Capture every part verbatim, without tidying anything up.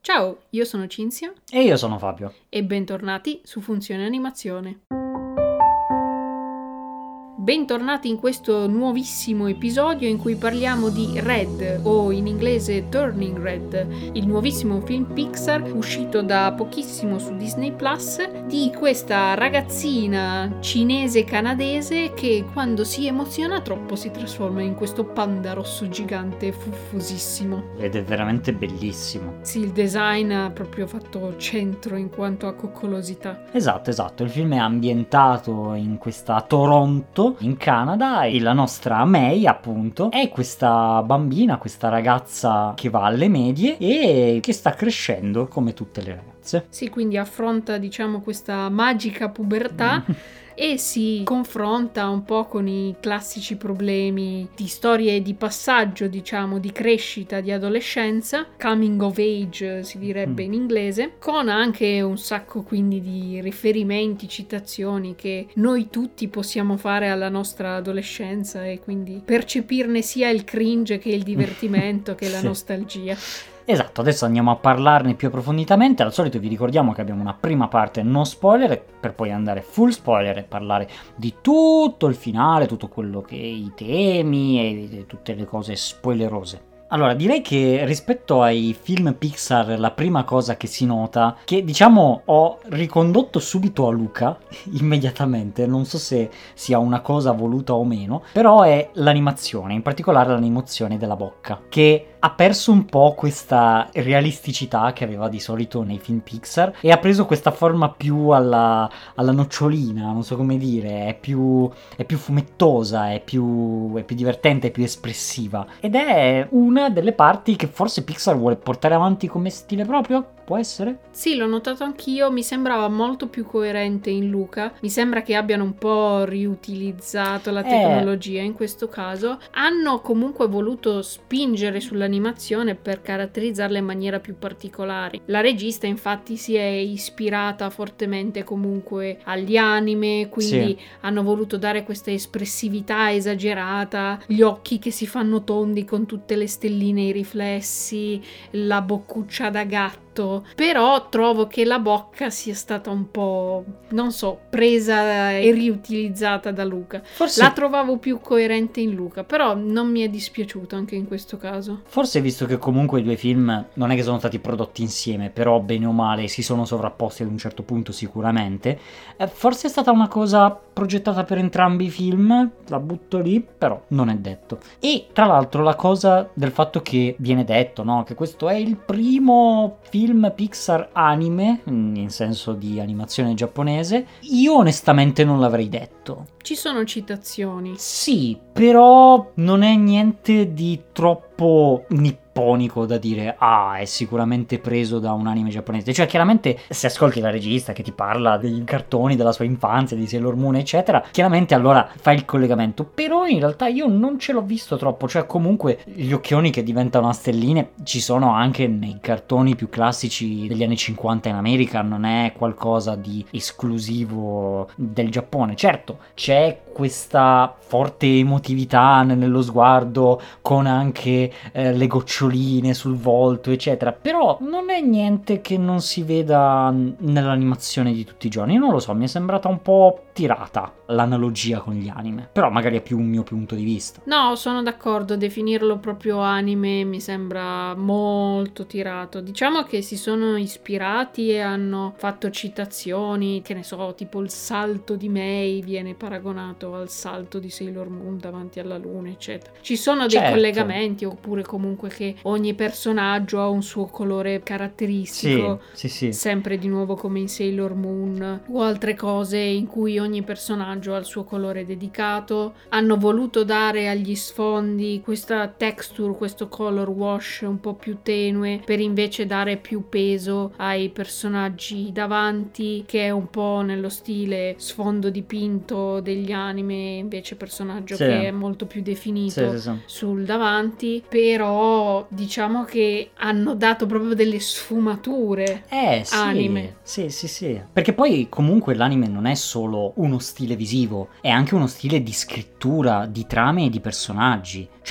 Ciao, io sono Cinzia E io sono Fabio. e bentornati su Funzione Animazione. Bentornati in questo nuovissimo episodio in cui parliamo di Red, o in inglese Turning Red, il nuovissimo film Pixar uscito da pochissimo su Disney Plus, di questa ragazzina cinese-canadese che quando si emoziona troppo si trasforma in questo panda rosso gigante fuffosissimo. Ed è veramente bellissimo. Sì, il design ha proprio fatto centro in quanto a coccolosità. Esatto, esatto. Il film è ambientato in questa Toronto, in Canada, e la nostra May, appunto, è questa bambina, questa ragazza che va alle medie e che sta crescendo come tutte le ragazze. Sì, quindi affronta, diciamo, questa magica pubertà e si confronta un po' con i classici problemi di storie di passaggio, diciamo, di crescita, di adolescenza, coming of age si direbbe in inglese, con anche un sacco quindi di riferimenti, citazioni che noi tutti possiamo fare alla nostra adolescenza e quindi percepirne sia il cringe che il divertimento che la Sì. nostalgia. Esatto, adesso andiamo a parlarne più approfonditamente. Al solito vi ricordiamo che abbiamo una prima parte non spoiler, per poi andare full spoiler e parlare di tutto il finale, tutto quello che i temi e tutte le cose spoilerose. Allora, direi che rispetto ai film Pixar la prima cosa che si nota, che diciamo ho ricondotto subito a Luca, immediatamente, non so se sia una cosa voluta o meno, però è l'animazione, in particolare l'animazione della bocca, che ha perso un po' questa realisticità che aveva di solito nei film Pixar e ha preso questa forma più alla, alla nocciolina, non so come dire, è più, è più fumettosa, è più, è più divertente, è più espressiva. Ed è una delle parti che forse Pixar vuole portare avanti come stile proprio, può essere? Sì, l'ho notato anch'io, mi sembrava molto più coerente in Luca, mi sembra che abbiano un po' riutilizzato la tecnologia eh. in questo caso, hanno comunque voluto spingere sull'animazione per caratterizzarla in maniera più particolare. La regista infatti si è ispirata fortemente comunque agli anime, quindi sì. hanno voluto dare questa espressività esagerata, gli occhi che si fanno tondi con tutte le stelline e i riflessi, la boccuccia da gatto. Però trovo che la bocca sia stata un po', non so, presa e riutilizzata da Luca. Forse la trovavo più coerente in Luca, però non mi è dispiaciuto anche in questo caso. Forse visto che comunque i due film non è che sono stati prodotti insieme, però bene o male si sono sovrapposti ad un certo punto sicuramente, eh, forse è stata una cosa progettata per entrambi i film, la butto lì, però non è detto. E tra l'altro la cosa del fatto che viene detto, no, che questo è il primo film Pixar anime, in senso di animazione giapponese, io onestamente non l'avrei detto. Ci sono citazioni. Sì, però non è niente di troppo nipponico da dire ah, è sicuramente preso da un anime giapponese. Cioè, chiaramente, se ascolti la regista che ti parla dei cartoni della sua infanzia, di Sailor Moon, eccetera, chiaramente allora fai il collegamento. Però in realtà io non ce l'ho visto troppo. Cioè, comunque, gli occhioni che diventano a stelline ci sono anche nei cartoni più classici degli anni cinquanta in America. Non è qualcosa di esclusivo del Giappone. Certo, c'è questa forte emotività nello sguardo, con anche eh, le goccioline sul volto, eccetera, però non è niente che non si veda nell'animazione di tutti i giorni. Non lo so, mi è sembrata un po' tirata l'analogia con gli anime, però magari è più un mio punto di vista. No, sono d'accordo, definirlo proprio anime mi sembra molto tirato. Diciamo che si sono ispirati e hanno fatto citazioni, che ne so, tipo il salto di May viene paragonato al salto di Sailor Moon davanti alla luna, eccetera. Ci sono dei certo. collegamenti, oppure comunque che ogni personaggio ha un suo colore caratteristico, sì, sì, sì. sempre di nuovo come in Sailor Moon, o altre cose in cui ogni personaggio ha il suo colore dedicato. Hanno voluto dare agli sfondi questa texture, questo color wash un po' più tenue, per invece dare più peso ai personaggi davanti, che è un po' nello stile sfondo dipinto degli anime, invece personaggio sì. che è molto più definito sì, sì, sì. sul davanti. Però diciamo che hanno dato proprio delle sfumature eh, sì, anime. Sì, sì, sì. Perché poi comunque l'anime non è solo uno stile visivo, è anche uno stile di scrittura, di trame e di personaggi. Cioè,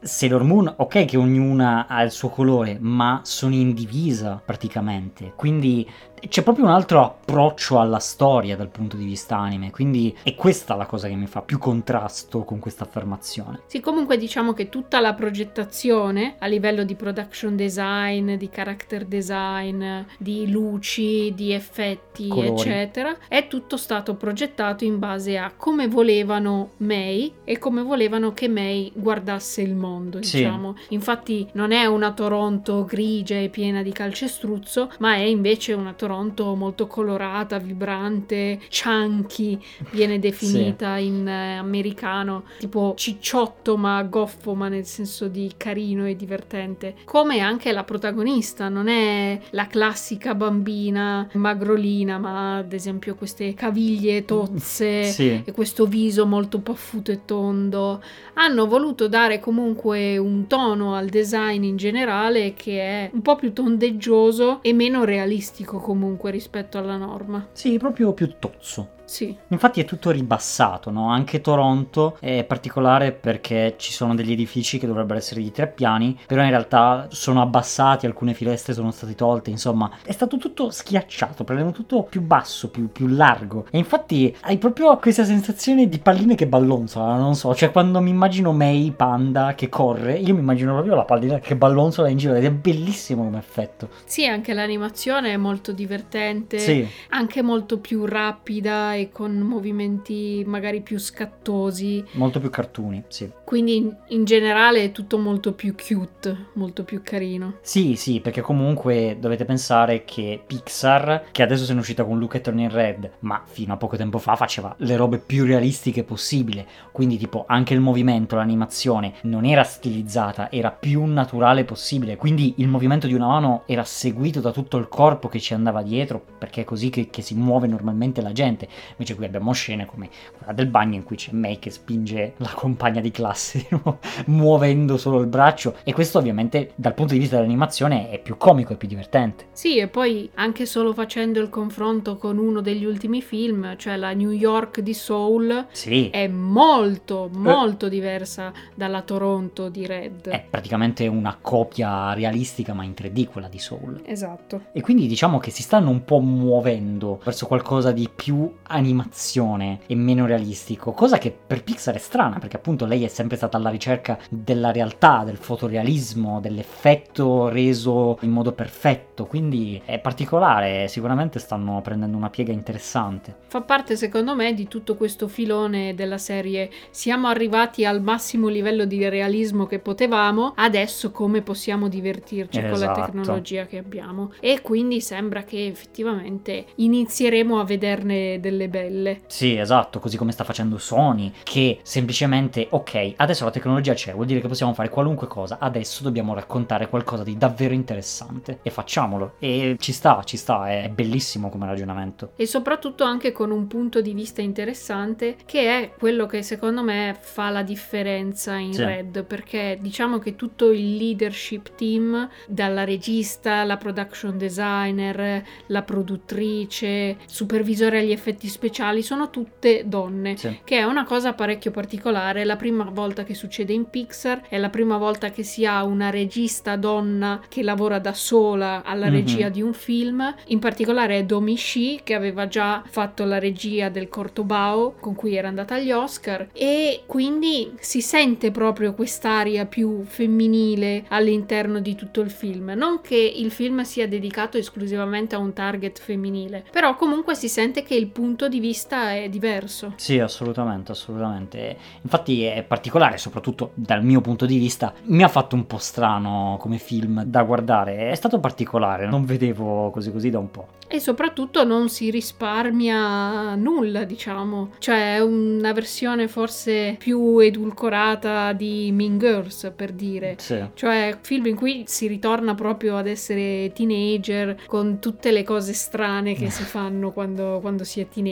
Sailor Moon, ok che ognuna ha il suo colore, ma sono in divisa praticamente, quindi c'è proprio un altro approccio alla storia dal punto di vista anime, quindi è questa la cosa che mi fa più contrasto con questa affermazione. Sì, comunque diciamo che tutta la progettazione a livello di production design, di character design, di luci, di effetti, Colori. eccetera, è tutto stato progettato in base a come volevano Mei e come volevano che Mei guardasse il mondo, Sì. diciamo. Infatti non è una Toronto grigia e piena di calcestruzzo, ma è invece una Toronto molto colorata, vibrante, chunky, viene definita sì. in eh, americano, tipo cicciotto ma goffo, ma nel senso di carino e divertente. Come anche la protagonista, non è la classica bambina magrolina, ma ad esempio queste caviglie tozze sì. e questo viso molto paffuto e tondo. Hanno voluto dare comunque un tono al design in generale che è un po' più tondeggioso e meno realistico comunque rispetto alla norma. Sì, proprio più tozzo. Sì. Infatti è tutto ribassato, no? Anche Toronto è particolare perché ci sono degli edifici che dovrebbero essere di tre piani, però in realtà sono abbassati, alcune finestre sono state tolte, insomma è stato tutto schiacciato, prendendo tutto più basso, più, più largo, e infatti hai proprio questa sensazione di palline che ballonzolano, non so, cioè quando mi immagino Mei Panda che corre, io mi immagino proprio la pallina che ballonzola in giro ed è bellissimo come effetto. Sì, anche l'animazione è molto divertente, sì. anche molto più rapida e con movimenti magari più scattosi, molto più cartoony, sì. Quindi in, in generale è tutto molto più cute, molto più carino. Sì, sì, perché comunque dovete pensare che Pixar, che adesso se ne è uscita con Look at Turning Red, ma fino a poco tempo fa faceva le robe più realistiche possibile, quindi tipo anche il movimento, l'animazione non era stilizzata, era più naturale possibile, quindi il movimento di una mano era seguito da tutto il corpo che ci andava dietro, perché è così che, che si muove normalmente la gente. Invece qui abbiamo scene come quella del bagno in cui c'è Mei che spinge la compagna di classe muovendo solo il braccio, e questo ovviamente dal punto di vista dell'animazione è più comico e più divertente. Sì, e poi anche solo facendo il confronto con uno degli ultimi film, cioè la New York di Soul, sì. è molto molto eh. diversa dalla Toronto di Red. È praticamente una copia realistica ma in tre D quella di Soul. Esatto. E quindi diciamo che si stanno un po' muovendo verso qualcosa di più animazione e meno realistico, cosa che per Pixar è strana perché appunto lei è sempre stata alla ricerca della realtà, del fotorealismo, dell'effetto reso in modo perfetto, quindi è particolare, sicuramente stanno prendendo una piega interessante. Fa parte secondo me di tutto questo filone della serie: siamo arrivati al massimo livello di realismo che potevamo, adesso come possiamo divertirci esatto. con la tecnologia che abbiamo, e quindi sembra che effettivamente inizieremo a vederne delle belle. Sì, esatto, così come sta facendo Sony, che semplicemente ok, adesso la tecnologia c'è, vuol dire che possiamo fare qualunque cosa, adesso dobbiamo raccontare qualcosa di davvero interessante e facciamolo, e ci sta, ci sta, è bellissimo come ragionamento. E soprattutto anche con un punto di vista interessante, che è quello che secondo me fa la differenza in sì. Red, perché diciamo che tutto il leadership team, dalla regista, la production designer, la produttrice, supervisore agli effetti speciali, sono tutte donne, sì. che è una cosa parecchio particolare, è la prima volta che succede in Pixar, è la prima volta che si ha una regista donna che lavora da sola alla mm-hmm. regia di un film, in particolare è Domi Shi, che aveva già fatto la regia del corto Bao, con cui era andata agli Oscar, e quindi si sente proprio quest'aria più femminile all'interno di tutto il film. Non che il film sia dedicato esclusivamente a un target femminile, però comunque si sente che il punto di vista è diverso. Sì, assolutamente, assolutamente. Infatti è particolare, soprattutto dal mio punto di vista. Mi ha fatto un po' strano come film da guardare, è stato particolare, non vedevo così così da un po'. E soprattutto non si risparmia nulla, diciamo. Cioè è una versione forse più edulcorata di Mean Girls, per dire. Sì. Cioè film in cui si ritorna proprio ad essere teenager, con tutte le cose strane che si fanno quando, quando si è teenager.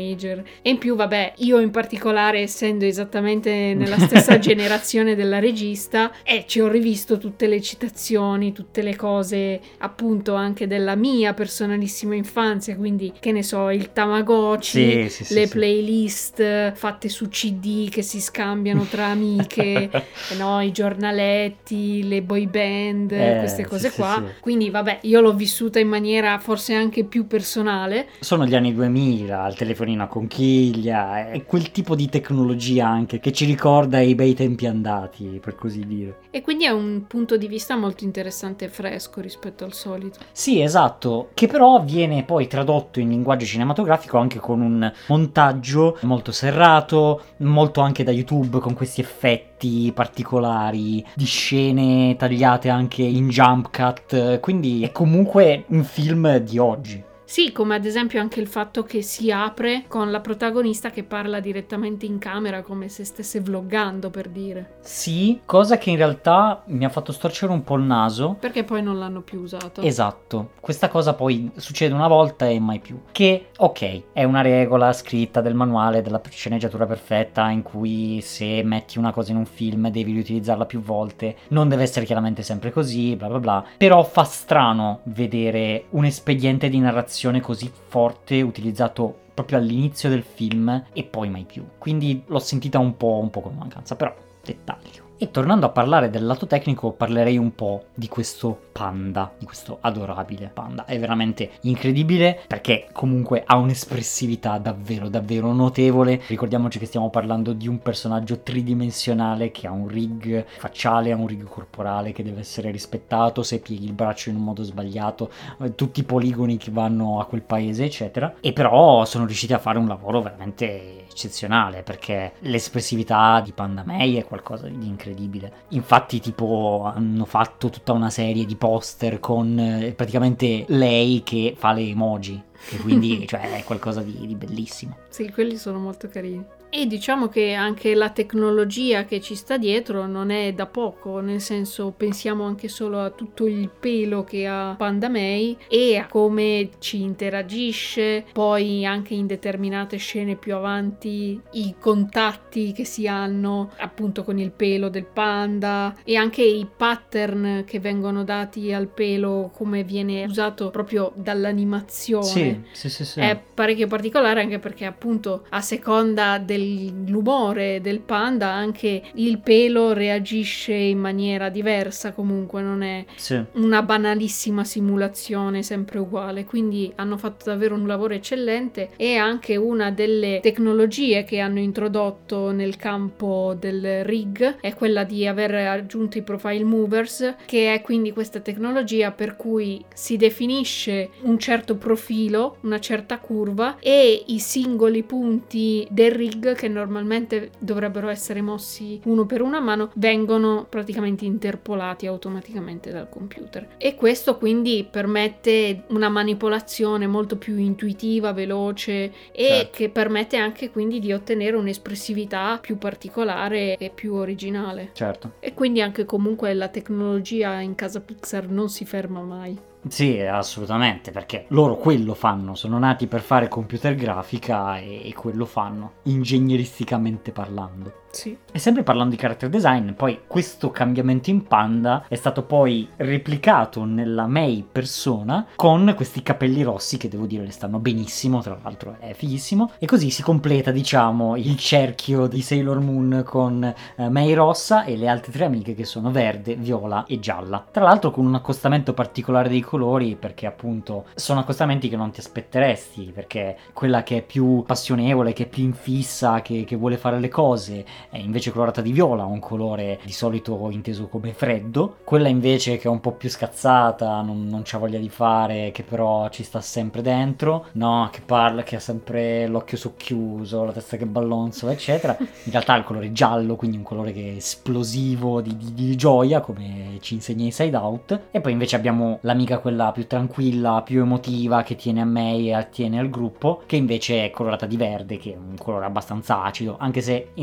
teenager. E in più, vabbè, io in particolare, essendo esattamente nella stessa generazione della regista, eh, ci ho rivisto tutte le citazioni, tutte le cose appunto anche della mia personalissima infanzia, quindi che ne so, il Tamagotchi, sì, sì, le sì, playlist fatte su C D che si scambiano tra amiche, no, i giornaletti, le boy band, eh, queste cose sì, qua. sì, sì. Quindi vabbè, io l'ho vissuta in maniera forse anche più personale. Sono gli anni duemila, il telefonino a conchiglia, è quel tipo di tecnologia anche che ci ricorda i bei tempi andati, per così dire. E quindi è un punto di vista molto interessante e fresco rispetto al solito. Sì, esatto, che però viene poi tradotto in linguaggio cinematografico anche con un montaggio molto serrato, molto anche da YouTube, con questi effetti particolari di scene tagliate anche in jump cut, quindi è comunque un film di oggi. Sì, come ad esempio anche il fatto che si apre con la protagonista che parla direttamente in camera come se stesse vloggando, per dire. Sì, cosa che in realtà mi ha fatto storcere un po' il naso. Perché poi non l'hanno più usato. Esatto, questa cosa poi succede una volta e mai più. Che, ok, è una regola scritta del manuale della sceneggiatura perfetta in cui se metti una cosa in un film devi riutilizzarla più volte, non deve essere chiaramente sempre così, bla bla bla. Però fa strano vedere un espediente di narrazione così forte utilizzato proprio all'inizio del film e poi mai più. Quindi l'ho sentita un po', un po' con mancanza, però dettaglio. E tornando a parlare del lato tecnico, parlerei un po' di questo panda, di questo adorabile panda. È veramente incredibile perché comunque ha un'espressività davvero, davvero notevole. Ricordiamoci che stiamo parlando di un personaggio tridimensionale che ha un rig facciale, ha un rig corporale che deve essere rispettato, se pieghi il braccio in un modo sbagliato, tutti i poligoni che vanno a quel paese, eccetera. E però sono riusciti a fare un lavoro veramente eccezionale perché l'espressività di Panda Mei è qualcosa di incredibile. Infatti tipo hanno fatto tutta una serie di poster con eh, praticamente lei che fa le emoji, e quindi cioè è qualcosa di, di bellissimo. Sì, quelli sono molto carini. E diciamo che anche la tecnologia che ci sta dietro non è da poco, nel senso pensiamo anche solo a tutto il pelo che ha Panda Mei e a come ci interagisce, poi anche in determinate scene più avanti i contatti che si hanno appunto con il pelo del panda e anche i pattern che vengono dati al pelo, come viene usato proprio dall'animazione. Sì, sì, sì, sì. È parecchio particolare anche perché appunto a seconda dell'umore del panda anche il pelo reagisce in maniera diversa, comunque non è Sì. una banalissima simulazione sempre uguale, quindi hanno fatto davvero un lavoro eccellente. E anche una delle tecnologie che hanno introdotto nel campo del rig è quella di aver aggiunto i profile movers, che è quindi questa tecnologia per cui si definisce un certo profilo, una certa curva, e i singoli punti del rig che normalmente dovrebbero essere mossi uno per una mano vengono praticamente interpolati automaticamente dal computer, e questo quindi permette una manipolazione molto più intuitiva, veloce e Certo. che permette anche quindi di ottenere un'espressività più particolare e più originale. Certo. E quindi anche comunque la tecnologia in casa Pixar non si ferma mai. Sì, assolutamente, perché loro quello fanno, sono nati per fare computer grafica e, e quello fanno, ingegneristicamente parlando. Sì. E sempre parlando di character design, poi questo cambiamento in Panda è stato poi replicato nella Mei persona con questi capelli rossi che devo dire le stanno benissimo, tra l'altro è fighissimo, e così si completa diciamo il cerchio di Sailor Moon con eh, Mei rossa e le altre tre amiche che sono verde, viola e gialla, tra l'altro con un accostamento particolare dei colori perché appunto sono accostamenti che non ti aspetteresti, perché quella che è più passionevole, che è più in fissa, che, che vuole fare le cose è invece colorata di viola, un colore di solito inteso come freddo. Quella invece che è un po' più scazzata, non, non c'ha voglia di fare, che però ci sta sempre dentro, no, che parla, che ha sempre l'occhio socchiuso, la testa che ballonzola, eccetera. In realtà ha il colore giallo, quindi un colore che è esplosivo di, di, di gioia, come ci insegna Inside Out. E poi invece abbiamo l'amica quella più tranquilla, più emotiva, che tiene a me e attiene al gruppo, che invece è colorata di verde, che è un colore abbastanza acido, anche se in realtà io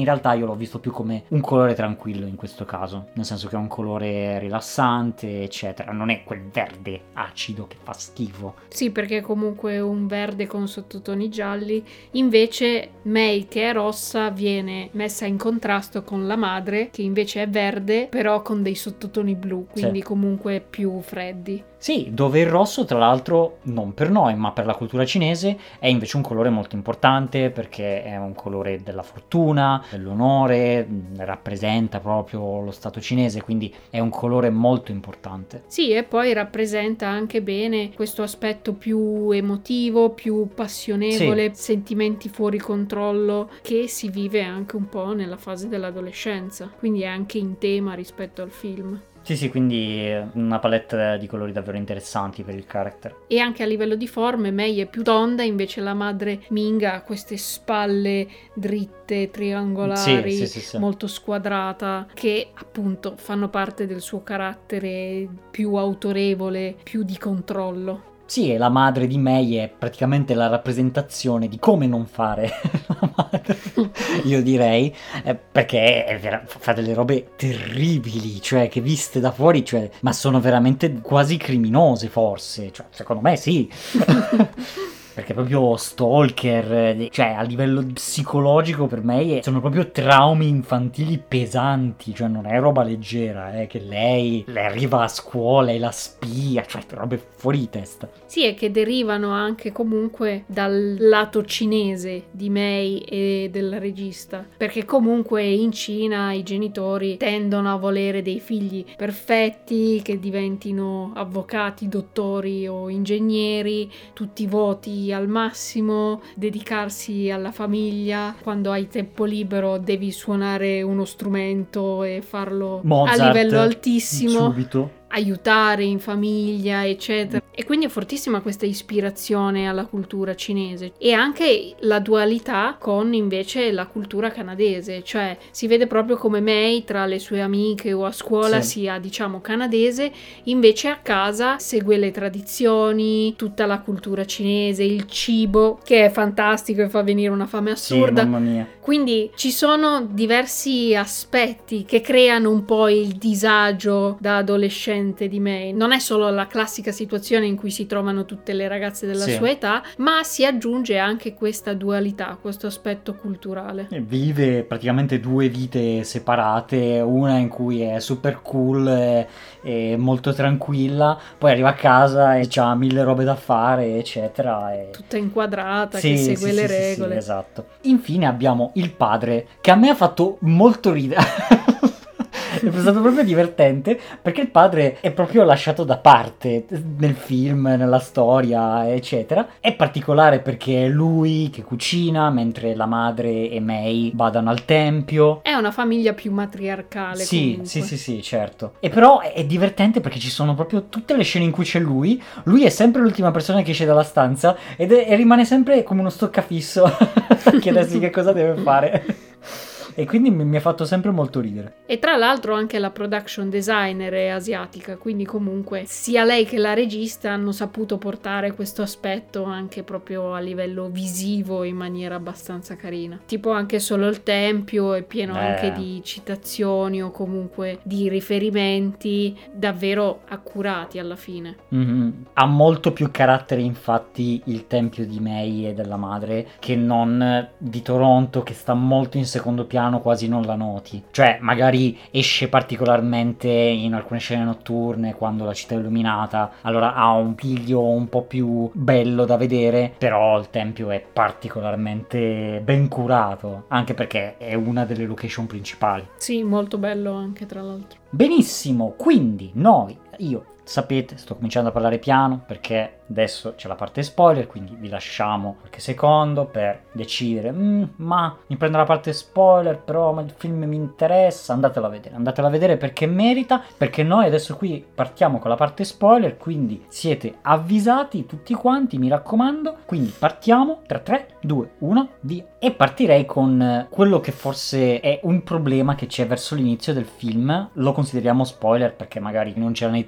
l'ho visto più come un colore tranquillo in questo caso, nel senso che è un colore rilassante, eccetera, non è quel verde acido che fa schifo. Sì, perché è comunque un verde con sottotoni gialli, invece Mei, che è rossa, viene messa in contrasto con la madre, che invece è verde, però con dei sottotoni blu, quindi sì. comunque più freddi. Sì, dove il rosso, tra l'altro, non per noi, ma per la cultura cinese, è invece un colore molto importante perché è un colore della fortuna, dell'onore, rappresenta proprio lo stato cinese, quindi è un colore molto importante. Sì, e poi rappresenta anche bene questo aspetto più emotivo, più passionevole, sì. Sentimenti fuori controllo, che si vive anche un po' nella fase dell'adolescenza, quindi è anche in tema rispetto al film. Sì, sì, quindi una palette di colori davvero interessanti per il character. E anche a livello di forme, Mei è più tonda, invece la madre Ming ha queste spalle dritte, triangolari, sì, sì, sì, sì. molto squadrata, che appunto fanno parte del suo carattere più autorevole, più di controllo. Sì, e la madre di Mei è praticamente la rappresentazione di come non fare la madre, io direi, eh, perché è vera- fa delle robe terribili, cioè che viste da fuori, cioè, ma sono veramente quasi criminose forse, cioè, secondo me sì. Perché proprio stalker, cioè a livello psicologico per me sono proprio traumi infantili pesanti, cioè non è roba leggera, eh, che lei le arriva a scuola e la spia, cioè robe fuori di testa. Sì, e che derivano anche comunque dal lato cinese di Mei e del regista, perché comunque in Cina i genitori tendono a volere dei figli perfetti, che diventino avvocati, dottori o ingegneri, tutti voti al massimo, dedicarsi alla famiglia, quando hai tempo libero devi suonare uno strumento e farlo Mozart, a livello altissimo, subito. Aiutare in famiglia, eccetera. E quindi è fortissima questa ispirazione alla cultura cinese e anche la dualità con invece la cultura canadese, cioè si vede proprio come Mei tra le sue amiche o a scuola sì. sia diciamo canadese, invece a casa segue le tradizioni, tutta la cultura cinese, il cibo che è fantastico e fa venire una fame assurda. Sì, mamma mia. Quindi ci sono diversi aspetti che creano un po' il disagio da adolescente di Mei. Non è solo la classica situazione in cui si trovano tutte le ragazze della sì. sua età, ma si aggiunge anche questa dualità, questo aspetto culturale. Vive praticamente due vite separate, una in cui è super cool e, e molto tranquilla, poi arriva a casa e ha mille robe da fare, eccetera. E... tutta inquadrata, sì, che segue sì, le sì, regole. Sì, esatto. Infine abbiamo il padre, che a me ha fatto molto ridere. È stato proprio divertente perché il padre è proprio lasciato da parte nel film, nella storia, eccetera. È particolare perché è lui che cucina mentre la madre e Mei vadano al tempio. È una famiglia più matriarcale. Sì, comunque. sì, sì, sì, certo. E però è divertente perché ci sono proprio tutte le scene in cui c'è lui. Lui è sempre l'ultima persona che esce dalla stanza ed è, e rimane sempre come uno stoccafisso a chiedersi che cosa deve fare. E quindi mi ha fatto sempre molto ridere. E tra l'altro anche la production designer è asiatica, quindi comunque sia lei che la regista hanno saputo portare questo aspetto anche proprio a livello visivo in maniera abbastanza carina. Tipo anche solo il tempio è pieno eh. anche di citazioni o comunque di riferimenti davvero accurati alla fine. Mm-hmm. Ha molto più carattere infatti il tempio di Mei e della madre che non di Toronto, che sta molto in secondo piano, quasi non la noti, cioè magari esce particolarmente in alcune scene notturne quando la città è illuminata, allora ha un piglio un po' più bello da vedere, però il tempio è particolarmente ben curato, anche perché è una delle location principali. Sì, molto bello anche tra l'altro. Benissimo, quindi noi, io sapete, sto cominciando a parlare piano perché adesso c'è la parte spoiler, quindi vi lasciamo qualche secondo per decidere, mm, ma mi prendo la parte spoiler, però ma il film mi interessa, andatelo a vedere, andatelo a vedere perché merita, perché noi adesso qui partiamo con la parte spoiler, quindi siete avvisati tutti quanti, mi raccomando, quindi partiamo, tra tre, due, uno, via. E partirei con quello che forse è un problema che c'è verso l'inizio del film, lo consideriamo spoiler perché magari non c'era nei trailer, non lo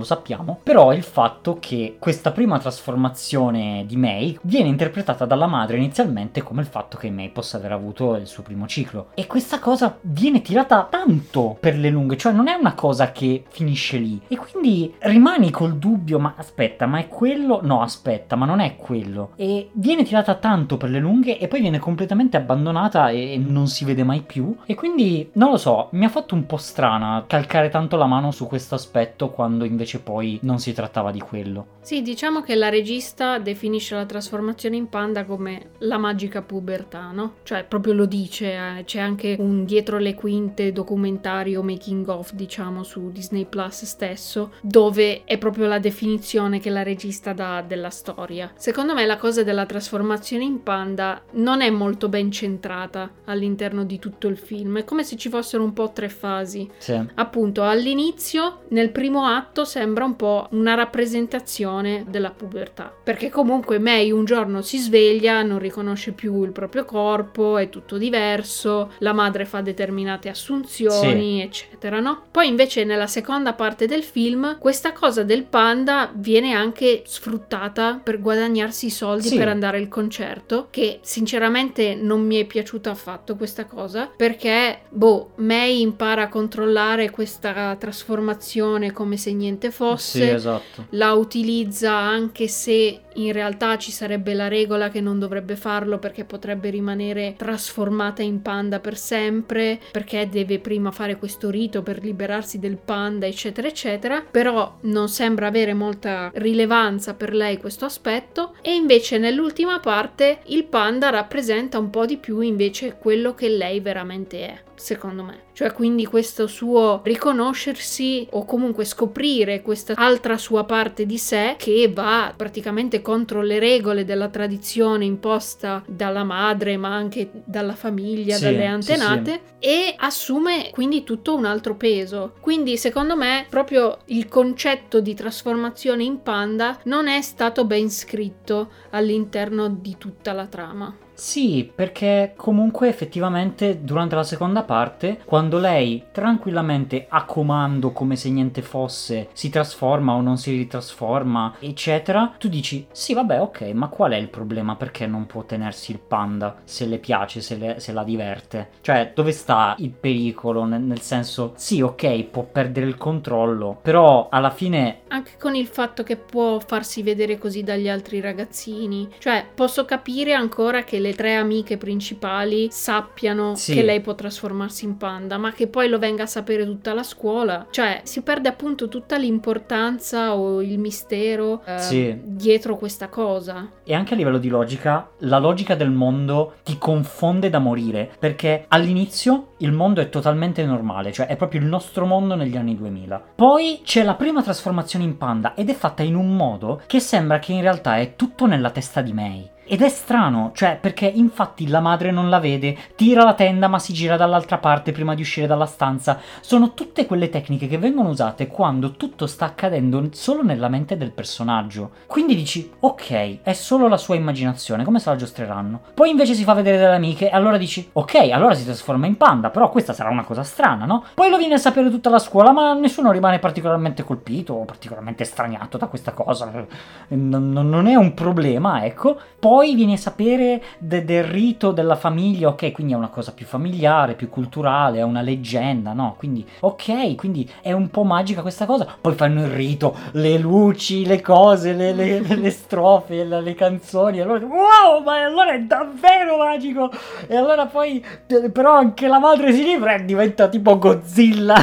lo sappiamo, però è il fatto che questa prima trasformazione di Mei viene interpretata dalla madre inizialmente come il fatto che Mei possa aver avuto il suo primo ciclo, e questa cosa viene tirata tanto per le lunghe, cioè non è una cosa che finisce lì, e quindi rimani col dubbio, ma aspetta, ma è quello? No, aspetta, ma non è quello, e viene tirata tanto per le lunghe e poi viene completamente abbandonata e non si vede mai più, e quindi non lo so, mi ha fatto un po' strana calcare tanto la mano su questo aspetto quando invece poi non si trattava di quello. Sì, diciamo che la regista definisce la trasformazione in panda come la magica pubertà, no? Cioè proprio lo dice, eh, c'è anche un dietro le quinte documentario making of, diciamo, su Disney Plus stesso, dove è proprio la definizione che la regista dà della storia. Secondo me la cosa della trasformazione in panda non è molto ben centrata all'interno di tutto il film, è come se ci fossero un po' tre fasi. Sì. Appunto, all'inizio, nel primo atto, sembra un po' una rappresentazione della pubertà, perché comunque Mei un giorno si sveglia, non riconosce più il proprio corpo, è tutto diverso, la madre fa determinate assunzioni, sì, eccetera, no? Poi invece nella seconda parte del film questa cosa del panda viene anche sfruttata per guadagnarsi i soldi, sì, per andare al concerto, che sinceramente non mi è piaciuta affatto questa cosa, perché boh, Mei impara a controllare questa trasformazione come se niente fosse, sì, esatto, la utilizza anche se in realtà ci sarebbe la regola che non dovrebbe farlo, perché potrebbe rimanere trasformata in panda per sempre, perché deve prima fare questo rito per liberarsi del panda, eccetera eccetera, però non sembra avere molta rilevanza per lei questo aspetto, e invece nell'ultima parte il panda rappresenta un po' di più invece quello che lei veramente è, secondo me. Cioè quindi questo suo riconoscersi o comunque scoprire questa altra sua parte di sé che va praticamente contro le regole della tradizione imposta dalla madre ma anche dalla famiglia, sì, dalle antenate, sì, sì, e assume quindi tutto un altro peso. Quindi secondo me proprio il concetto di trasformazione in panda non è stato ben scritto all'interno di tutta la trama. Sì, perché comunque effettivamente durante la seconda parte, quando lei tranquillamente a comando, come se niente fosse, si trasforma o non si ritrasforma, eccetera, tu dici, sì vabbè, ok, ma qual è il problema? Perché non può tenersi il panda se le piace, se, le, se la diverte? Cioè, dove sta il pericolo? Nel, nel senso, sì, ok, può perdere il controllo, però alla fine... Anche con il fatto che può farsi vedere così dagli altri ragazzini, cioè posso capire ancora che le tre amiche principali sappiano, sì, che lei può trasformarsi in panda, ma che poi lo venga a sapere tutta la scuola, cioè si perde appunto tutta l'importanza o il mistero eh, sì, dietro questa cosa. E anche a livello di logica, la logica del mondo ti confonde da morire, perché all'inizio il mondo è totalmente normale, cioè è proprio il nostro mondo negli anni duemila. Poi c'è la prima trasformazione in panda ed è fatta in un modo che sembra che in realtà è tutto nella testa di Mei. Ed è strano, cioè perché infatti la madre non la vede, tira la tenda ma si gira dall'altra parte prima di uscire dalla stanza. Sono tutte quelle tecniche che vengono usate quando tutto sta accadendo solo nella mente del personaggio. Quindi dici, ok, è solo la sua immaginazione, come se la giostreranno? Poi invece si fa vedere dalle amiche e allora dici, ok, allora si trasforma in panda, però questa sarà una cosa strana, no? Poi lo viene a sapere tutta la scuola, ma nessuno rimane particolarmente colpito o particolarmente straniato da questa cosa. Non, non è un problema, ecco. Poi vieni a sapere de- del rito della famiglia, ok, quindi è una cosa più familiare, più culturale, è una leggenda, no? Quindi, ok, quindi è un po' magica questa cosa. Poi fanno il rito, le luci, le cose, le, le, le strofe, le, le canzoni, e allora, wow, ma allora è davvero magico! E allora poi, però anche la madre si libera e diventa tipo Godzilla,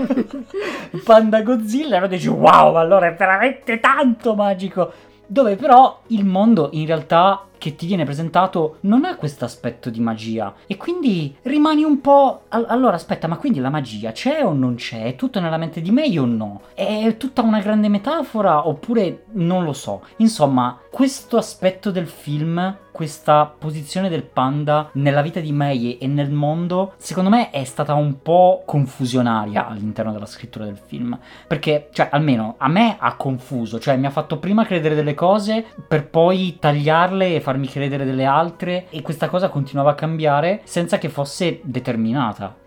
Panda Godzilla, e allora dici, wow, ma allora è veramente tanto magico! Dove però il mondo in realtà che ti viene presentato non ha questo aspetto di magia, e quindi rimani un po'... Allora aspetta, ma quindi la magia c'è o non c'è? È tutto nella mente di Mei o no? È tutta una grande metafora oppure non lo so? Insomma, questo aspetto del film, questa posizione del panda nella vita di Mei e nel mondo, secondo me è stata un po' confusionaria all'interno della scrittura del film, perché, cioè, almeno a me ha confuso, cioè mi ha fatto prima credere delle cose per poi tagliarle e farmi credere delle altre, e questa cosa continuava a cambiare senza che fosse determinata.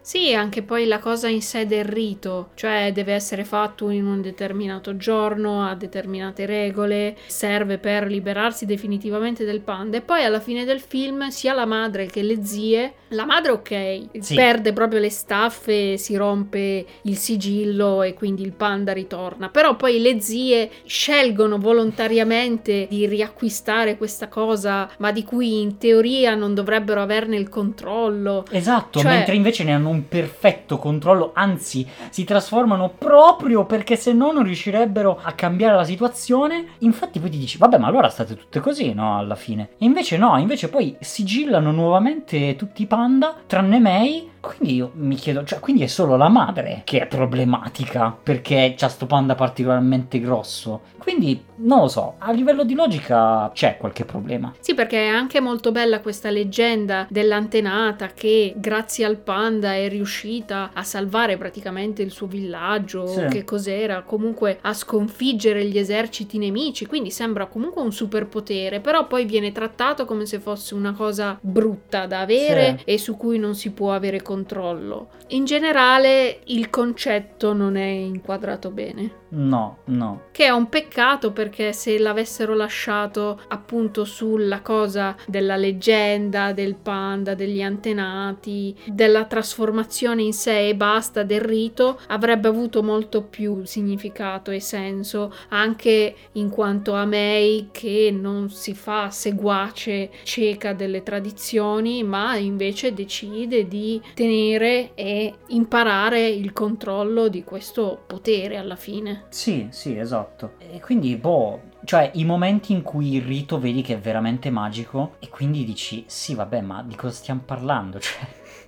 Sì, anche poi la cosa in sé del rito, cioè deve essere fatto in un determinato giorno, a determinate regole, serve per liberarsi definitivamente del panda, e poi alla fine del film sia la madre che le zie, la madre ok, Sì. perde proprio le staffe, si rompe il sigillo e quindi il panda ritorna, però poi le zie scelgono volontariamente di riacquistare questa cosa, ma di cui in teoria non dovrebbero averne il controllo. Esatto, Cioè- mentre invece ne hanno un perfetto controllo, anzi si trasformano proprio perché se no non riuscirebbero a cambiare la situazione. Infatti poi ti dici, vabbè, ma allora state tutte così, no, alla fine. E invece no, invece poi sigillano nuovamente tutti i panda, tranne Mei. Quindi io mi chiedo, cioè, quindi è solo la madre che è problematica, perché c'ha sto panda particolarmente grosso. Quindi, non lo so, a livello di logica c'è qualche problema. Sì, perché è anche molto bella questa leggenda dell'antenata che grazie al panda è riuscita a salvare praticamente il suo villaggio, Sì. che cos'era, comunque a sconfiggere gli eserciti nemici, quindi sembra comunque un superpotere, però poi viene trattato come se fosse una cosa brutta da avere, Sì. e su cui non si può avere controllo. In generale il concetto non è inquadrato bene. No, no. Che è un peccato, perché se l'avessero lasciato appunto sulla cosa della leggenda, del panda, degli antenati, della trasformazione in sé e basta, del rito, avrebbe avuto molto più significato e senso, anche in quanto a Mei che non si fa seguace cieca delle tradizioni, ma invece decide di tenere e imparare il controllo di questo potere alla fine. Sì, sì, esatto. E quindi, boh, cioè i momenti in cui il rito vedi che è veramente magico e quindi dici, sì, vabbè, ma di cosa stiamo parlando? Cioè,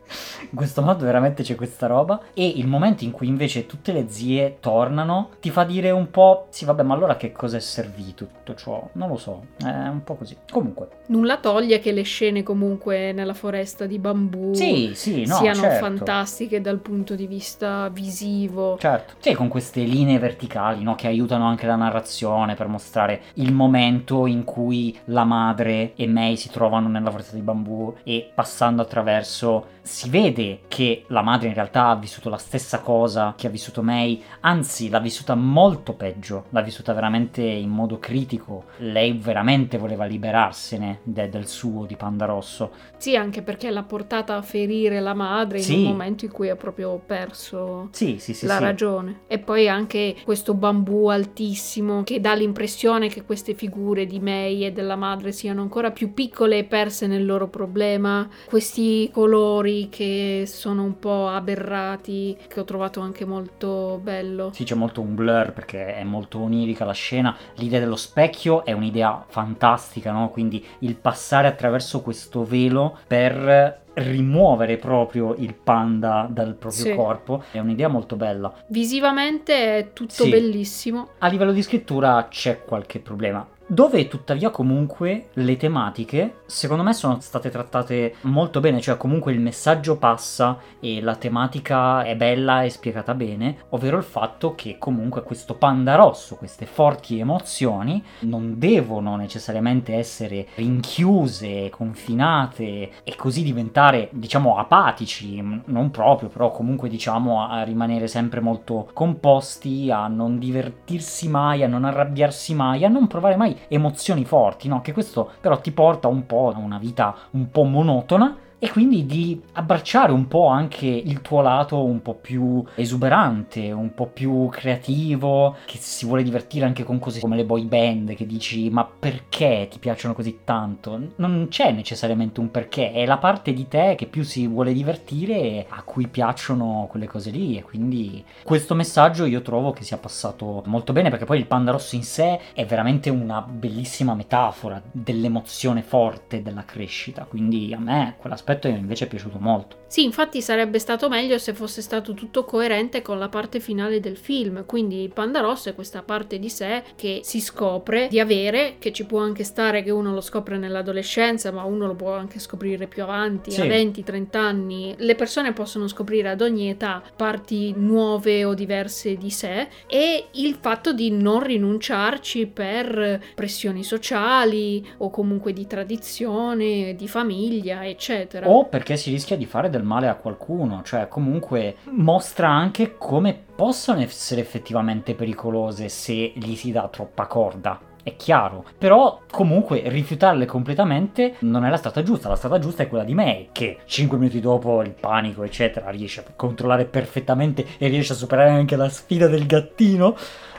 in questo modo veramente c'è questa roba. E il momento in cui invece tutte le zie tornano ti fa dire un po', sì, vabbè, ma allora che cosa è servito tutto ciò? Non lo so, è un po' così. Comunque. Nulla toglie che le scene comunque nella foresta di bambù Sì, sì, no, siano certo. fantastiche dal punto di vista visivo. Certo. Sì, con queste linee verticali, no, che aiutano anche la narrazione per mostrare il momento in cui la madre e Mei si trovano nella foresta di bambù e passando attraverso si vede che la madre in realtà ha vissuto la stessa cosa che ha vissuto Mei, anzi l'ha vissuta molto peggio, l'ha vissuta veramente in modo critico. Lei veramente voleva liberarsene de- del suo di Panda Rosso. Sì, anche perché l'ha portata a ferire la madre in Sì. un momento in cui ha proprio perso Sì, sì, sì, la sì. ragione. E poi anche questo bambù altissimo che dà l'impressione che queste figure di Mei e della madre siano ancora più piccole e perse nel loro problema. Questi colori che sono un po' aberrati, che ho trovato anche molto bello. Sì, c'è molto un blur perché è molto onirica la scena. L'idea dello specchio è un'idea fantastica, no? Quindi il passare attraverso questo velo per rimuovere proprio il panda dal proprio Sì. corpo è un'idea molto bella. Visivamente è tutto Sì. bellissimo. A livello di scrittura c'è qualche problema, dove tuttavia comunque le tematiche secondo me sono state trattate molto bene, cioè comunque il messaggio passa e la tematica è bella e spiegata bene, ovvero il fatto che comunque questo panda rosso, queste forti emozioni non devono necessariamente essere rinchiuse, confinate e così diventare, diciamo, apatici, non proprio, però comunque diciamo a rimanere sempre molto composti, a non divertirsi mai, a non arrabbiarsi mai, a non provare mai emozioni forti, no? Che questo però ti porta un po' a una vita un po' monotona e quindi di abbracciare un po' anche il tuo lato un po' più esuberante, un po' più creativo, che si vuole divertire anche con cose come le boy band, che dici ma perché ti piacciono così tanto? Non c'è necessariamente un perché, è la parte di te che più si vuole divertire e a cui piacciono quelle cose lì, e quindi questo messaggio io trovo che sia passato molto bene, perché poi il panda rosso in sé è veramente una bellissima metafora dell'emozione forte della crescita, quindi a me quell'aspetto invece è piaciuto molto. Sì, infatti sarebbe stato meglio se fosse stato tutto coerente con la parte finale del film, quindi il panda rosso è questa parte di sé che si scopre di avere, che ci può anche stare che uno lo scopre nell'adolescenza, ma uno lo può anche scoprire più avanti, Sì. a venti trenta anni. Le persone possono scoprire ad ogni età parti nuove o diverse di sé, e il fatto di non rinunciarci per pressioni sociali o comunque di tradizione, di famiglia, eccetera. eccetera. O perché si rischia di fare del male a qualcuno, cioè comunque mostra anche come possono essere effettivamente pericolose se gli si dà troppa corda. È chiaro, però comunque rifiutarle completamente non è la strada giusta. La strada giusta è quella di May, che cinque minuti dopo il panico eccetera riesce a controllare perfettamente e riesce a superare anche la sfida del gattino.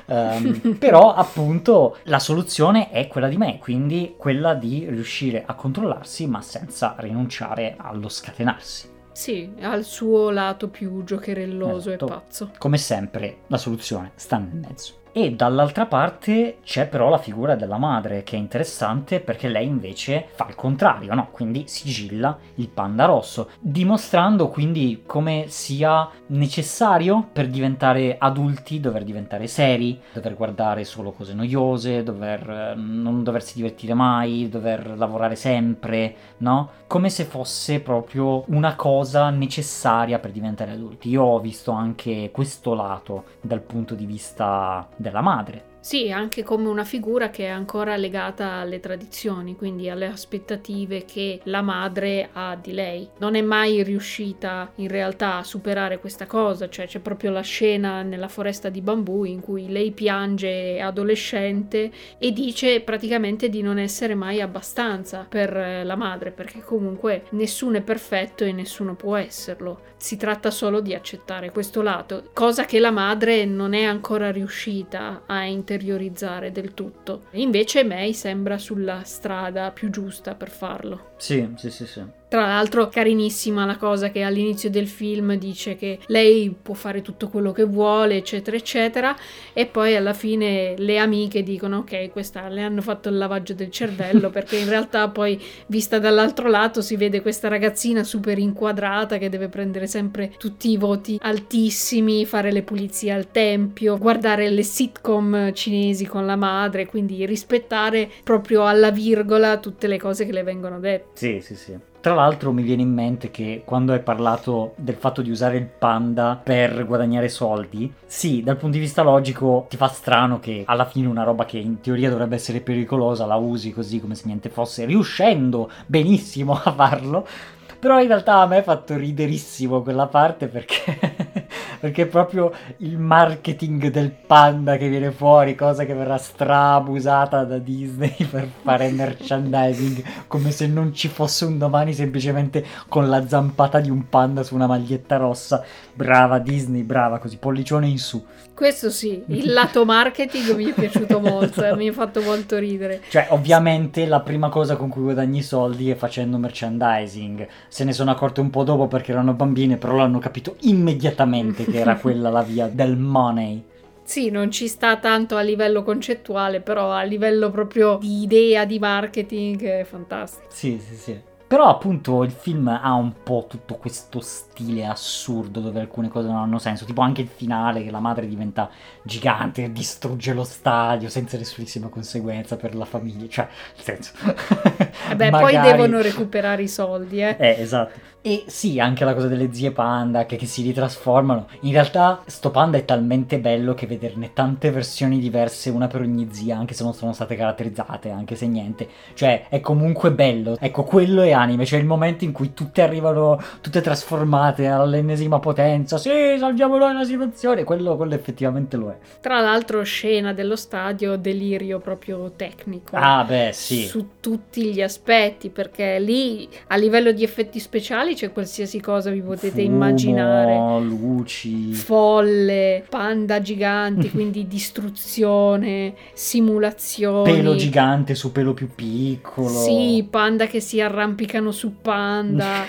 Um, però appunto la soluzione è quella di May, quindi quella di riuscire a controllarsi ma senza rinunciare allo scatenarsi. Sì, ha il suo lato più giocherelloso Esatto. e pazzo. Come sempre la soluzione sta nel mezzo. E dall'altra parte c'è però la figura della madre, che è interessante perché lei invece fa il contrario, no? Quindi sigilla il panda rosso, dimostrando quindi come sia necessario per diventare adulti dover diventare seri, dover guardare solo cose noiose, dover non doversi divertire mai, dover lavorare sempre, no? Come se fosse proprio una cosa necessaria per diventare adulti. Io ho visto anche questo lato dal punto di vista della madre. Sì, anche come una figura che è ancora legata alle tradizioni, quindi alle aspettative che la madre ha di lei. Non è mai riuscita in realtà a superare questa cosa, cioè c'è proprio la scena nella foresta di bambù in cui lei piange adolescente e dice praticamente di non essere mai abbastanza per la madre, perché comunque nessuno è perfetto e nessuno può esserlo. Si tratta solo di accettare questo lato, cosa che la madre non è ancora riuscita a interiorizzare del tutto. Invece May sembra sulla strada più giusta per farlo. Sì, sì, sì, sì. Tra l'altro carinissima la cosa che all'inizio del film dice che lei può fare tutto quello che vuole, eccetera, eccetera, e poi alla fine le amiche dicono ok, questa le hanno fatto il lavaggio del cervello, perché in realtà poi vista dall'altro lato si vede questa ragazzina super inquadrata che deve prendere sempre tutti i voti altissimi, fare le pulizie al tempio, guardare le sitcom cinesi con la madre, quindi rispettare proprio alla virgola tutte le cose che le vengono dette. Sì, sì, sì. Tra l'altro mi viene in mente che quando hai parlato del fatto di usare il panda per guadagnare soldi, sì, dal punto di vista logico ti fa strano che alla fine una roba che in teoria dovrebbe essere pericolosa la usi così come se niente fosse, riuscendo benissimo a farlo. Però in realtà a me ha fatto riderissimo quella parte perché perché è proprio il marketing del panda che viene fuori, cosa che verrà strabusata da Disney per fare merchandising, come se non ci fosse un domani semplicemente con la zampata di un panda su una maglietta rossa. Brava Disney, brava, così, pollicione in su. Questo sì, il lato marketing mi è piaciuto molto, mi ha fatto molto ridere. Cioè, ovviamente la prima cosa con cui guadagni i soldi è facendo merchandising. Se ne sono accorte un po' dopo perché erano bambine, però l'hanno capito immediatamente che era quella la via del money. Sì, non ci sta tanto a livello concettuale, però a livello proprio di idea, di marketing è fantastico. Sì, sì, sì. Però appunto il film ha un po' tutto questo stile assurdo dove alcune cose non hanno senso, tipo anche il finale che la madre diventa gigante e distrugge lo stadio senza nessunissima conseguenza per la famiglia, cioè nel senso... Vabbè, magari... poi devono recuperare i soldi, eh. Eh, esatto. E sì, anche la cosa delle zie panda che, che si ritrasformano. In realtà sto panda è talmente bello che vederne tante versioni diverse, una per ogni zia, anche se non sono state caratterizzate, anche se niente. Cioè, è comunque bello. Ecco, quello è anime, cioè il momento in cui tutte arrivano, tutte trasformate all'ennesima potenza. Sì, salviamo noi la situazione. Quello, quello effettivamente lo è. Tra l'altro, scena dello stadio, delirio proprio tecnico. Ah, beh, sì. Su tutti gli aspetti, perché lì, a livello di effetti speciali, c'è qualsiasi cosa vi potete Fumo, immaginare, luci, folle, panda giganti, quindi distruzione, simulazioni, pelo gigante su pelo più piccolo, sì, panda che si arrampicano su panda.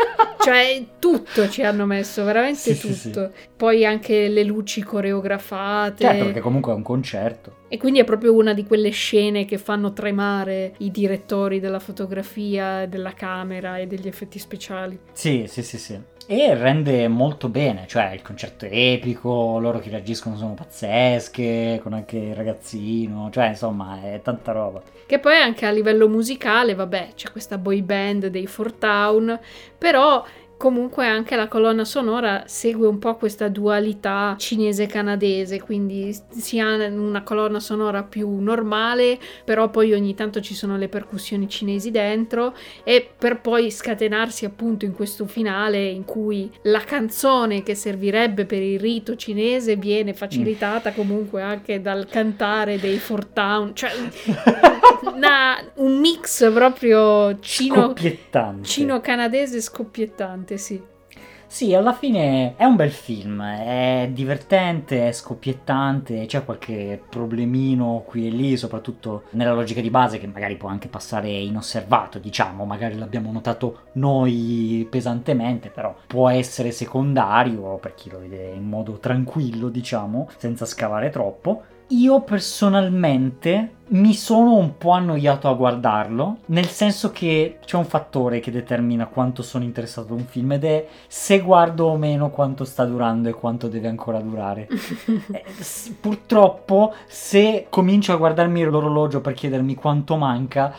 Cioè tutto ci hanno messo, veramente sì, tutto. Sì, sì. Poi anche le luci coreografate. Certo, perché comunque è un concerto. E quindi è proprio una di quelle scene che fanno tremare i direttori della fotografia, della camera e degli effetti speciali. Sì, sì, sì, sì. E rende molto bene, cioè il concerto è epico, loro che reagiscono sono pazzesche, con anche il ragazzino, cioè insomma è tanta roba. Che poi anche a livello musicale, vabbè, c'è questa boy band dei Four Town, però Comunque anche la colonna sonora segue un po' questa dualità cinese-canadese, quindi si ha una colonna sonora più normale, però poi ogni tanto ci sono le percussioni cinesi dentro, e per poi scatenarsi appunto in questo finale in cui la canzone che servirebbe per il rito cinese viene facilitata comunque anche dal cantare dei Four Town, cioè una, un mix proprio cino, cino-canadese scoppiettante, sì. Sì, alla fine è un bel film, è divertente, è scoppiettante, c'è qualche problemino qui e lì, soprattutto nella logica di base che magari può anche passare inosservato, diciamo, magari l'abbiamo notato noi pesantemente, però può essere secondario per chi lo vede in modo tranquillo, diciamo, senza scavare troppo. Io personalmente mi sono un po' annoiato a guardarlo, nel senso che c'è un fattore che determina quanto sono interessato a un film, ed è se guardo o meno quanto sta durando e quanto deve ancora durare. eh, s- purtroppo se comincio a guardarmi l'orologio per chiedermi quanto manca,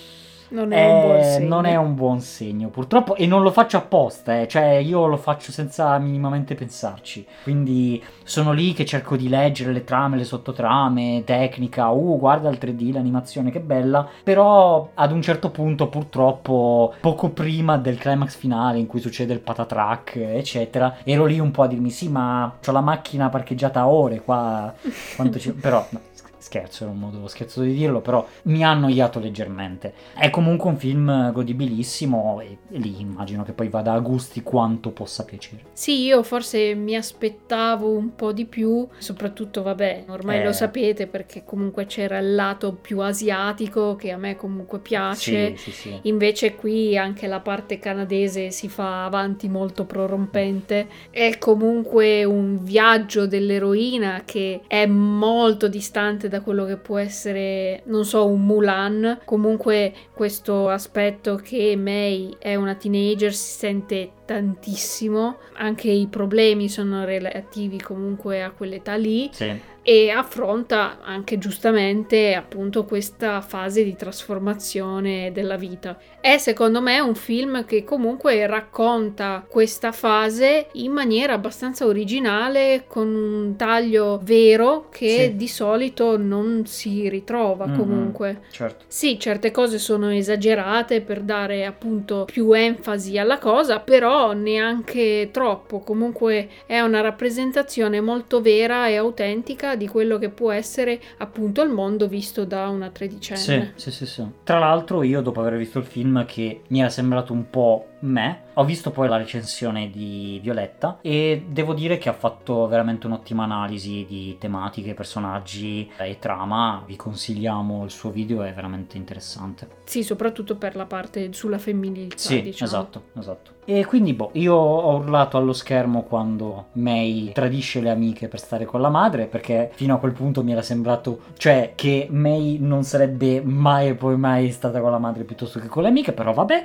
non è, un buon segno. non è un buon segno, purtroppo, e non lo faccio apposta, eh. Cioè io lo faccio senza minimamente pensarci, quindi sono lì che cerco di leggere le trame, le sottotrame, tecnica, uh guarda il tre D, l'animazione che bella, però ad un certo punto purtroppo poco prima del climax finale in cui succede il patatrack eccetera, ero lì un po' a dirmi sì ma c'ho la macchina parcheggiata a ore qua, quanto ci... però no. Scherzo, era un modo scherzo di dirlo, però mi ha annoiato leggermente. È comunque un film godibilissimo e lì immagino che poi vada a gusti quanto possa piacere. Sì, io forse mi aspettavo un po' di più, soprattutto vabbè, ormai Eh. lo sapete perché comunque c'era il lato più asiatico che a me comunque piace. Sì, sì, sì. Invece qui anche la parte canadese si fa avanti molto prorompente. È comunque un viaggio dell'eroina che è molto distante da quello che può essere, non so, un Mulan. Comunque questo aspetto che Mei è una teenager si sente tantissimo, anche i problemi sono relativi comunque a quell'età lì. Sì. E affronta anche giustamente appunto questa fase di trasformazione della vita. È secondo me un film che comunque racconta questa fase in maniera abbastanza originale, con un taglio vero che Sì. di solito non si ritrova Mm-hmm. comunque. Certo. Sì, certe cose sono esagerate per dare appunto più enfasi alla cosa, però neanche troppo. Comunque è una rappresentazione molto vera e autentica di quello che può essere appunto il mondo visto da una tredicenne. Sì, sì, sì, sì. Tra l'altro io dopo aver visto il film che mi era sembrato un po' me, ho visto poi la recensione di Violetta e devo dire che ha fatto veramente un'ottima analisi di tematiche, personaggi e trama. Vi consigliamo il suo video, è veramente interessante. Sì, soprattutto per la parte sulla femminilità, Sì, diciamo. esatto, esatto. E quindi boh, io ho urlato allo schermo quando Mei tradisce le amiche per stare con la madre, perché fino a quel punto mi era sembrato, cioè, che Mei non sarebbe mai e poi mai stata con la madre piuttosto che con le amiche, però vabbè.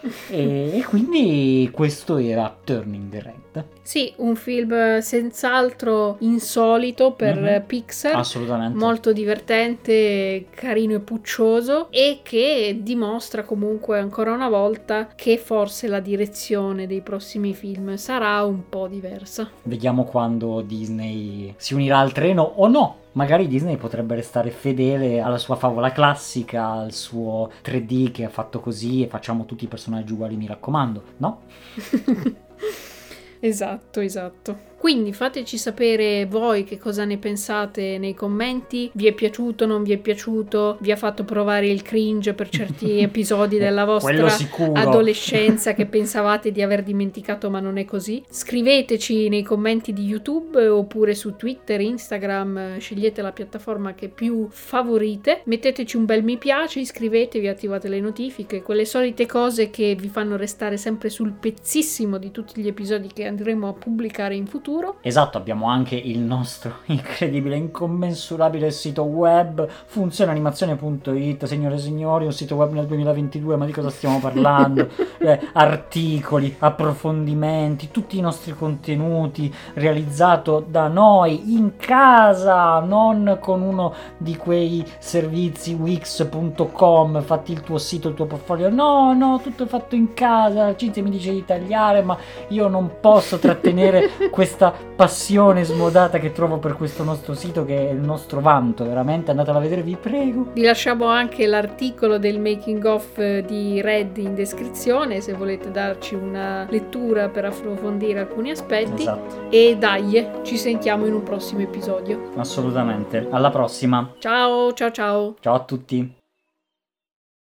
E, e quindi questo era Turning the Red. Sì, un film senz'altro insolito per Mhm. Pixar. Assolutamente. Molto divertente, carino e puccioso, e che dimostra comunque ancora una volta che forse la direzione dei prossimi film sarà un po' diversa. Vediamo quando Disney si unirà al treno o no. Magari Disney potrebbe restare fedele alla sua favola classica, al suo tre D che ha fatto così e facciamo tutti i personaggi uguali, mi raccomando, no? Esatto, esatto. Quindi fateci sapere voi che cosa ne pensate nei commenti. Vi è piaciuto, non vi è piaciuto? Vi ha fatto provare il cringe per certi episodi della vostra adolescenza che pensavate di aver dimenticato ma non è così? Scriveteci nei commenti di YouTube oppure su Twitter, Instagram, scegliete la piattaforma che più favorite. Metteteci un bel mi piace, iscrivetevi, attivate le notifiche, quelle solite cose che vi fanno restare sempre sul pezzissimo di tutti gli episodi che andremo a pubblicare in futuro. futuro. Esatto, abbiamo anche il nostro incredibile, incommensurabile sito web, funzionanimazione punto it, signore e signori, un sito web nel duemilaventidue, ma di cosa stiamo parlando? eh, articoli, approfondimenti, tutti i nostri contenuti realizzato da noi in casa, non con uno di quei servizi wix punto com, fatti il tuo sito, il tuo portfolio, no, no, tutto fatto in casa. Cinzia mi dice di tagliare, ma io non posso trattenere questa passione smodata che trovo per questo nostro sito, che è il nostro vanto, veramente andatelo a vedere, vi prego. Vi lasciamo anche l'articolo del making of di Red in descrizione se volete darci una lettura per approfondire alcuni aspetti. Esatto. E dai, ci sentiamo in un prossimo episodio. Assolutamente, alla prossima. Ciao ciao ciao. Ciao a tutti.